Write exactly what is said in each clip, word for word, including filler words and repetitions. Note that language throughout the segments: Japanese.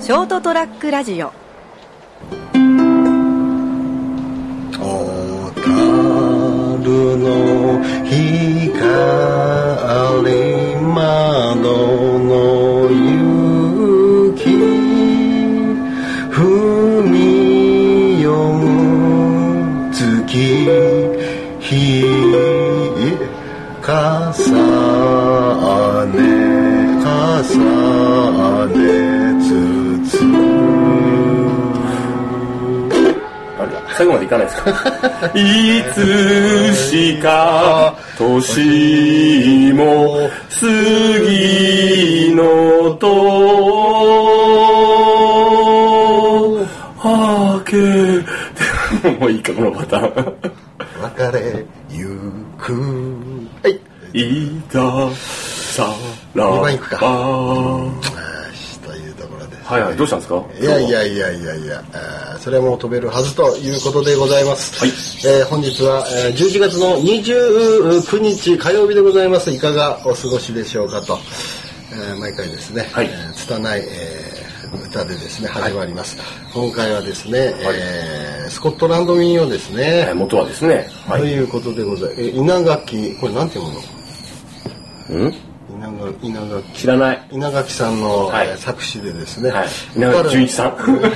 ショートトラックラジオ。 小樽の光窓の雪踏み寄る月日重ね重ねつつ最後までいかないですかいつしか年も過ぎのと明けもういいかこのパターン別れゆくはいいたさらばにばんいくかはいはい、どうしたんですか。 いやいやいやいやいや、それはもう飛べるはずということでございます。はい。えー、本日は、えー、じゅういちがつのにじゅうくにち火曜日でございます。いかがお過ごしでしょうかと、えー、毎回ですね、はい、えー、拙い、えー、歌でですね始まります。はい、今回はですね、はい、えー、スコットランド民謡ですね。 はい、元はですね。 はい、ということでございます。えー、稲垣これなんていうもの？ うん？ 稲垣知らない稲垣さんの、はい、作詞でですね、はい、 稲垣純一さん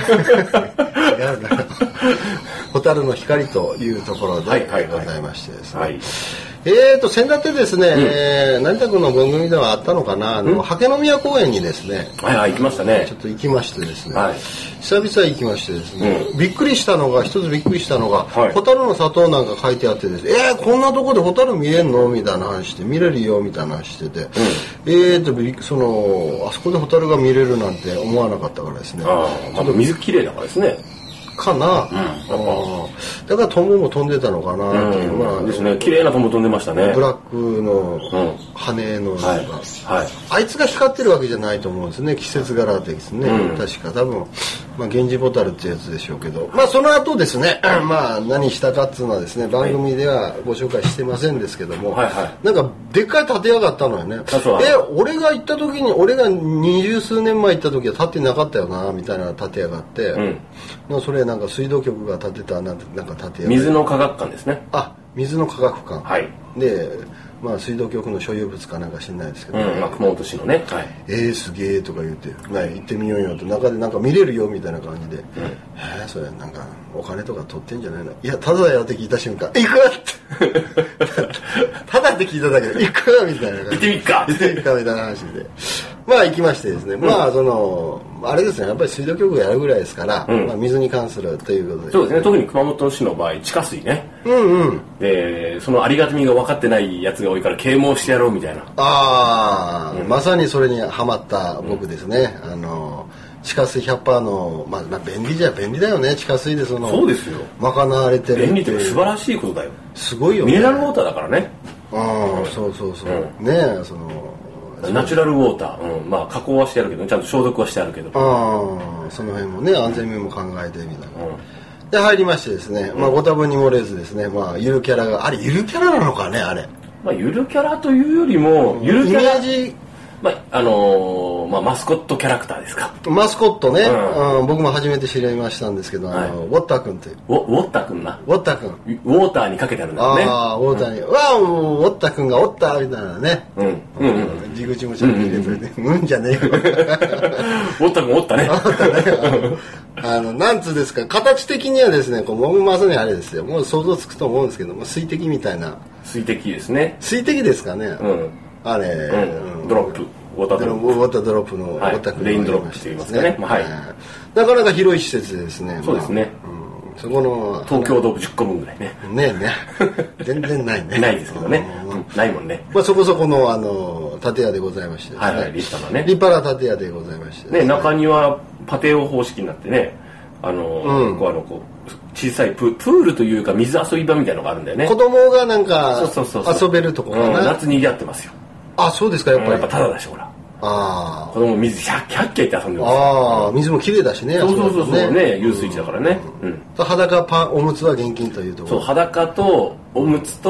蛍の光というところでございましてですね、はいはいはい、えーと先だってですね、うん、えー、成田君の番組ではあったのかな、あの、うん、刷毛宮公園にですね、 はいはい、行きましたね。 ちょっと行きましてですね、はい、久々行きましてですね、うん、びっくりしたのが一つびっくりしたのが、はい、蛍の里なんか書いてあってですね、えー、こんなとこで蛍見れんのみたいな話して見れるよみたいな話してて、うん、えーとそのあそこで蛍が見れるなんて思わなかったからですね。 ああ、ちょっと水きれいだからですね。 かな、うん、あだからトンボも飛んでたのかなっていう、 うん、 まあですね、綺麗なトンボ飛んでましたね。 ブラックの羽のなんか、うんはいはい、あいつが光ってるわけじゃないと思うんですね、季節柄的ですね、うん、確か多分、まあ、源氏ボタルってやつでしょうけど、まあその後ですねまあ何したかっていうのはですね番組ではご紹介してませんですけども、はいはい、なんかでっかい建屋があったのよね。え俺が行った時に俺が二十数年前行った時は建ってなかったよなみたいな建屋があって、うん、それなんか水道局が建てたなんか建屋、 水の科学館ですね。 あ、水の科学館、 はい、 でまあ水道局の所有物かなんか知んないですけど、 うんまあ、熊本市のね、はい、 えー、すげえとか言って、はい、行ってみようよと中でなんか見れるよみたいな感じで、うん、えー、それなんかお金とか取ってんじゃないの？いやただだよって聞いた瞬間行くってただって聞いただけで行くみたいな感じで行ってみっか行ってみっかみたいな話でまあ行きましてですね、うん、まあそのあれですねやっぱり水道局がやるぐらいですから、うんまあ、水に関するということでそうですね特に熊本市の場合地下水ねうんうんでそのありがたみが分かってないやつが多いから啓蒙してやろうみたいなああ、うん、まさにそれにハマった僕ですね、うん、あの地下水 ひゃくパーセント の、まあ、まあ便利じゃ便利だよね地下水でそのそうですよ賄われてる便利って素晴らしいことだよすごいよねミネラルウォーターだからねああ、うん、そうそうそう、うん、ねえそのナチュラルウォーター、うん、まあ加工はしてあるけどちゃんと消毒はしてあるけどああその辺もね安全面も考えてみたいな、うん、で入りましてですね、まあ、ご多分に漏れずですね、まあ、ゆるキャラがあれゆるキャラなのかねあれ、 まあ、ゆるキャラというよりもゆるキャライメージまああのーまあ、マスコットキャラクターですかマスコットね、うんうん、僕も初めて知りましたんですけど、はい、あのウォッター君ってウォウォッター君なウォッター君ウォーターにかけてあるんだよねああウォーターに、うん、わあウォッター君がウォッターみたいなねうんうんうん地口もちゃんと入れてくれてうんじゃねえよウォッター君ウォッタねウォッタねあのなんつうですか形的にはですねこうもうまさにあれですよもう想像つくと思うんですけども水滴みたいな水滴ですね水滴ですかね、うん、あれ、 うん、ドロップウォータードロップウォータードロップの、 はい、レインドロップって言いますかね、まあはい、 なかなか広い施設でですねそうですね、 まあうん、そこの東京ドームじゅっこぶんぐらいねねえね全然ないねないですけどね、うん、ないもんね、 まあ、そこそこのあの建屋でございましてですね、 はいはい、立派なね立派な建屋でございまして、 ね、中庭パテオ方式になってねあの、うん、こうあのこう小さい プ, プールというか水遊び場みたいなのがあるんだよね子供がなんかそうそうそうそう遊べるとこかな、 うん、夏にぎわってますよあそうですかやっぱり、 うん、やっぱタダだしほらあ子供水ひゃっきゃって遊んでますよああ水も綺麗だしねそうそうそうそうね遊水地だからね、 うんうん、裸パンおむつは厳禁というところそう裸とおむつと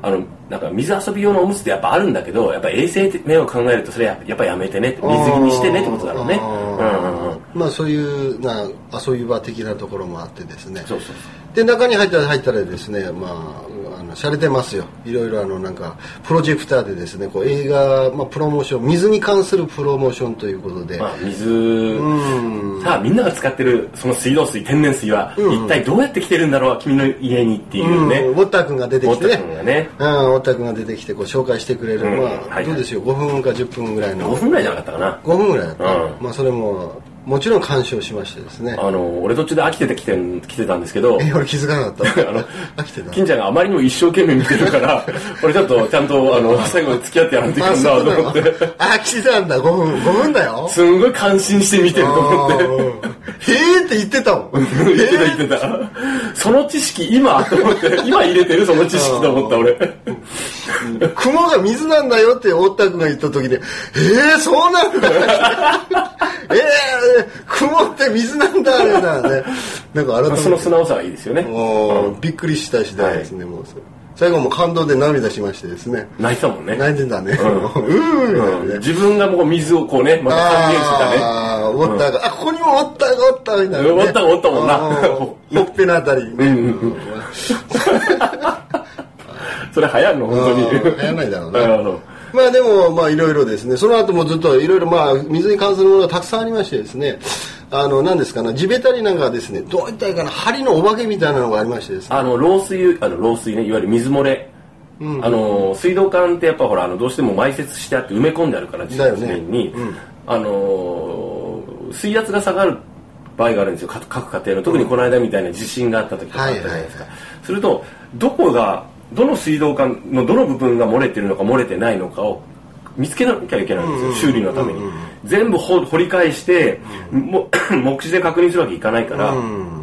あのなんか水遊び用のおむつってやっぱあるんだけど、やっぱ衛生面を考えるとそれやっぱやめてね、水着にしてねってことだろうね。うんうんうん、 まあそういうな遊び場的なところもあってですね。 そうそうそう。 で中に入ったら入ったらですね、まああの洒落てますよ。いろいろあのなんかプロジェクターでですね、こう映画、まあ、プロモーション、水に関するプロモーションということで、 まあ、水、うん、さあみんなが使ってるその水道水、天然水は、うん、一体どうやって来てるんだろう君の家にっていうね、うん、 ウォッター君が出てきてね、ウォッター君がね、 うん、ウォッター君が出てきてこう紹介してくれる、うん、まあ、はい、どうですよ、ごふんかじゅっぷんぐらいの、 ごふんぐらいじゃなかったかな、 ごふんぐらいだった、うん、まあそれももちろん鑑賞しましてですね。 あの俺途中で飽きてて来て来てたんですけど、 え俺気づかなかった。 あの飽きてた。金ちゃんがあまりにも一生懸命見てるから、俺ちょっとちゃんとあの最後まで付き合ってやらんといかんなと思って。 あ来てたんだ。ごふんごふんだよ。 すんごい感心して見てると思って。 へーって言ってたもん。 言ってた言ってた。その知識今と思って今入れてるその知識と思った俺。 雲が水なんだよって太田君が言った時に、えーそうなんだ。えー雲って水なんだみたいなね。なんか改めてその素直さがいいですよね。 もうびっくりした次第ですね、はい、もう最後も感動で涙しましてですね。 泣いてたもんね。 泣いてたね。うん、 うんね、自分がもう水をこうね、また還元してたね。 ああ、ウォッターが、うん、あ、ここにもウォッターがおったみたいな、ね。 ウォッターがおったもんな。 ほっぺのあたりにね。うんうんうんそれ流行るの本当に。 流行らないだろうね。まあでもまあいろいろですね、その後もずっといろいろまあ水に関するものがたくさんありましてですね、あの何ですかね、地べたりなんかはですね、どういったらいいかな、針のお化けみたいなのがありましてですね、 あの漏水、あの漏水ね、いわゆる水漏れ、うん、あの水道管ってやっぱほらあのどうしても埋設してあって埋め込んであるから地面に、ね、うん、あの水圧が下がる場合があるんですよ、各家庭の。特にこの間みたいな地震があった時とかあったじゃないですか。はいはいはい、するとどこがどの水道管のどの部分が漏れてるのか漏れてないのかを見つけなきゃいけないんですよ、うん、修理のために、うん、全部掘り返して、うん、も目視で確認するわけいかないから、うん、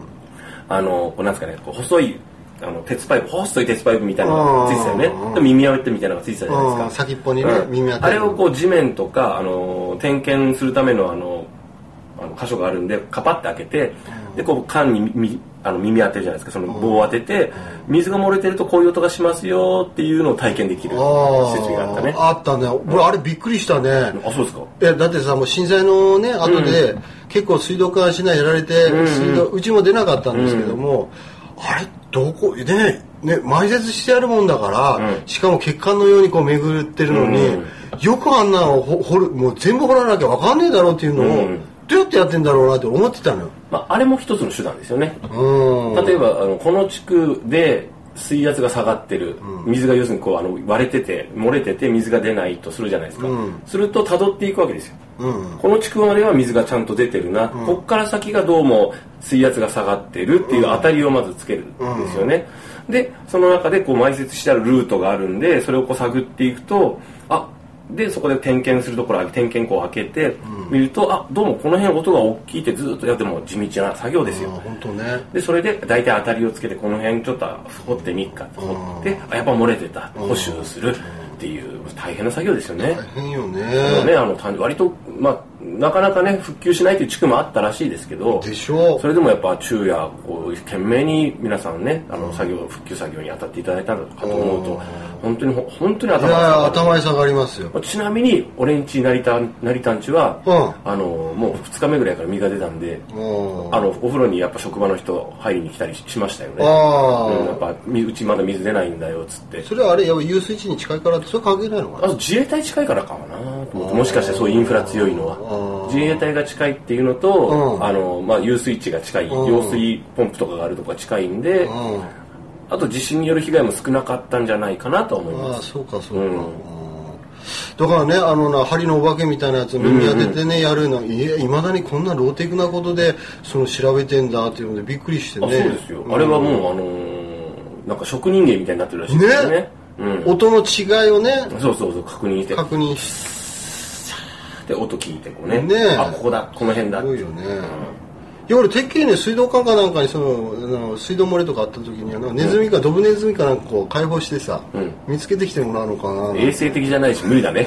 あのこうなんですかね、こう細いあの鉄パイプ、細い鉄パイプみたいなのがついてたよね。耳当てみたいなのがついてたじゃないですか。 先っぽにね、うん、耳当て。 あれをこう地面とかあの点検するためのあのあの箇所があるんでカパッて開けて、でこう缶にみあの耳当てるじゃないですか、その棒を当てて、水が漏れてるとこういう音がしますよっていうのを体験できる設備があったね。 あったね。俺あれびっくりしたね。 あ、そうですか。 えだってさ、もう震災のね後で、うん、結構水道管しないやられて、うんうん、水道うちも出なかったんですけども、うん、あれどこねね埋設してあるもんだから、うん、しかも血管のようにこう巡ってるのに、うん、よくあんなの掘る、もう全部掘らなきゃ分かんねえだろうっていうのを、うん、どうやってやってんだろうなって思ってたのよ。 まあ、あれも一つの手段ですよね。例えばあのこの地区で水圧が下がってる、うん、水が要するにこうあの割れてて漏れてて水が出ないとするじゃないですか、うん、すると辿っていくわけですよ、うん、この地区までは水がちゃんと出てるな、うん、こっから先がどうも水圧が下がってるっていう当たりをまずつけるんですよね、うん、でその中でこう埋設してあるルートがあるんでそれをこう探っていくと、あでそこで点検するところ点検口を開けて見ると、うん、あどうもこの辺音が大きいってずっとやっても地道な作業ですよ。 本当ね。 でそれで大体当たりをつけてこの辺ちょっと掘ってみっかと掘って、あやっぱ漏れてた補修するっていう大変な作業ですよね。 大変よね。 あのねあの割とまあなかなかね復旧しないという地区もあったらしいですけど、 でしょう。 それでもやっぱ昼夜こう懸命に皆さんねあの作業復旧作業に当たっていただいたのかと思うと本当に本当に頭が下がる。 頭に下がりますよ。 ちなみに俺んち成田成田んちは、うん、あのもうふつかめぐらいから実が出たんで、あのお風呂にやっぱ職場の人入りに来たりしましたよね。あ、うん、やっぱうちまだ水出ないんだよっつって。 それはあれやっぱ遊水地に近いからってそれ関係ないのかな。 あ自衛隊近いからかもなと思って、もしかしてそういうインフラ強いのは自衛隊が近いっていうのと、うん、あのまあ遊水地が近い、うん、揚水ポンプとかがあるとこが近いんで、うん、あと地震による被害も少なかったんじゃないかなと思います。 あそうかそうか、うん、だからねあのな針のお化けみたいなやつ耳当ててね、うんうん、やるのいやいまだにこんなローテクなことでその調べてんだっていうのでびっくりしてね。 あそうですよ、うん、あれはもうあのー、なんか職人芸みたいになってるらしいですね。ね、うん、音の違いをねそうそうそう確認して確認してで音聞いてこうね、 ねあここだこの辺だすごいよね、うん、いや俺てっきりね水道管かなんかにその水道漏れとかあった時にはネズミかドブネズミかなんかこう解放してさ、うん、見つけてきてもらうのかな。 衛生的じゃないし無理だね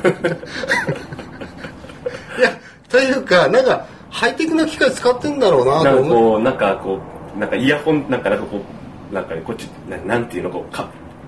いやというかなんかハイテクな機械使ってんだろうなと思う。 なんかこうなんかこうなんかイヤホンなんかなんかこうなんかねこっちななんていうのこうか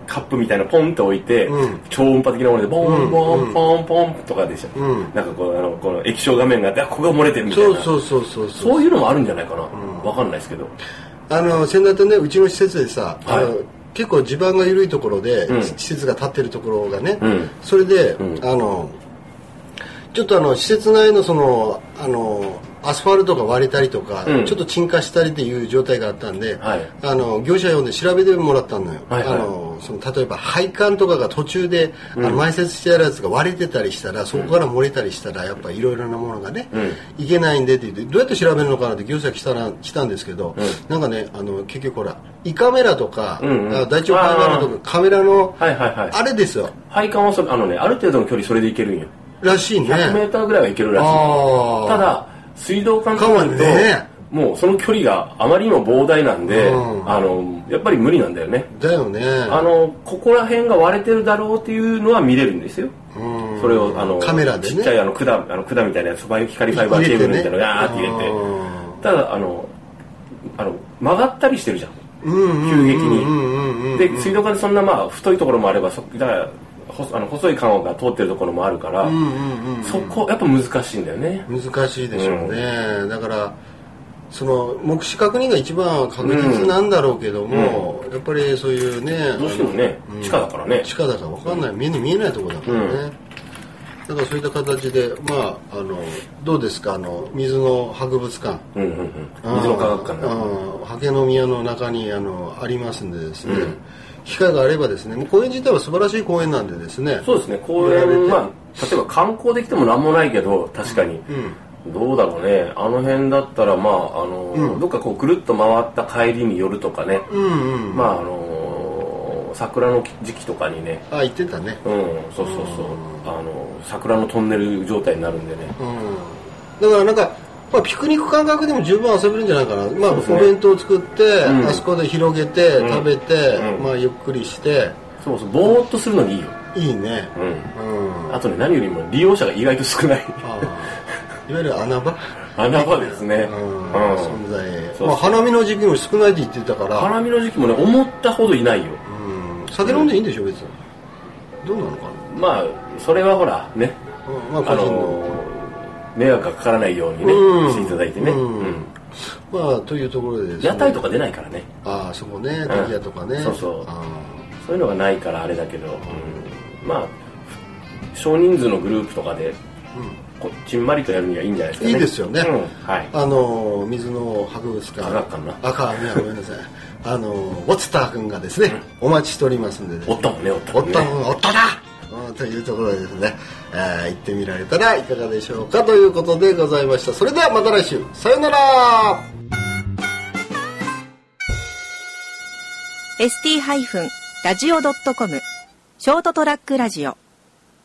カップみたいなポンと置いて、うん、超音波的なものでボンボンポンポンとかでしょ、うん、なんかこうあのこの液晶画面があって、あ、ここが漏れてるみたいな、 そうそうそうそうそういうのもあるんじゃないかな、うん、わかんないですけど、 あの先だってね、うちの施設でさ、はい、あの結構地盤が緩いところで、うん、施設が建ってるところがね、うん、それで、うん、あのちょっとあの施設内のそのあのアスファルトが割れたりとか、うん、ちょっと沈下したりっていう状態があったんで、はい、あの業者呼んで調べてもらったのよ、はいはい、あのその例えば配管とかが途中で、うん、あの埋設してあるやつが割れてたりしたら、そこから漏れたりしたらやっぱりいろいろなものがね、うん、いけないんでって言って、どうやって調べるのかなって業者来たら来たんですけど、うん、なんかね、あの結局ほら胃カメラとか、うんうん、大腸カメラとかカメラの、はいはいはい、あれですよ、 配管はそあのね、ある程度の距離それでいけるんよらしいね。 ひゃくメーターぐらいはいけるらしい。ただ水道管とかと、ね、もうその距離があまりにも膨大なんで、うん、あのやっぱり無理なんだよね。 だよね。 あのここら辺が割れてるだろうっていうのは見れるんですよ。うん、それをあのカメラでね、 ちっちゃいあの管あの管みたいなやつ、光ファイバーケーブルみたいなのをガーって入れて、ただあのあの曲がったりしてるじゃん。急激に。で水道管でそんなまあ太いところもあれば、そだからあの細い管が通ってるところもあるから、そこやっぱ難しいんだよね。 難しいでしょうね、うん、だからその目視確認が一番確実なんだろうけども、うん、やっぱりそういうね、 どうしてもね、うん、地下だからね、 地下だから分かんない、目に見えないところだからね、うん、だからそういった形で、まあ、あのどうですか、あの水の博物館、うんうんうん、 水の科学館、 刷毛宮の中にあのありますんでですね、うん、機会があればですね、もう公園自体は素晴らしい公園なんでですね、 そうですね、公園、まあ、例えば観光できてもなんもないけど、確かに、うん、どうだろうね、あの辺だったら、まああの、うん、どっかこうぐるっと回った帰りに寄るとかね、うんうん、まああの桜の時期とかにね、 あ、行ってたね、 うん、そうそうそう、あの桜のトンネル状態になるんでね、 うん、だからなんか、まあ、ピクニック感覚でも十分遊べるんじゃないかな、まあ、ね、お弁当を作って、うん、あそこで広げて、うん、食べて、うん、まあ、ゆっくりして、 そうそう、ぼーっとするのにいいよ。 いいね、 うんうん、あとね、何よりも利用者が意外と少ない。 あいわゆる穴場穴場ですね、 うん、存在、そうそう、まあ、花見の時期も少ないって言ってたから、 花見の時期もね、思ったほどいないよ、 うん、酒飲んでいいんでしょ、別に、どうなのかな、 まあそれはほらね、うん、まあ、あのー、迷惑がかからないようにね、うん、していただいてね、うんうん、 まあというところでですね、 屋台とか出ないからね、 ああそこね、出来屋とかね、 そうそう、そういうのがないからあれだけど、うん、まあ少人数のグループとかで、うん、こちんまりとやるにはいいんじゃないですかね。 いいですよね、うん、 はい、 あの水の博物館、 科学館な、 赤いや、ごめんなさい、あのウォッツター君がですね、うん、お待ちしておりますんでですね、 おったもんね、おったもんね、おったもん、おったなというところでですね、えー、行ってみられたらいかがでしょうかということでございました。それではまた来週、さよなら。 エスティー ラジオ ドットコム ショートトラックラジオ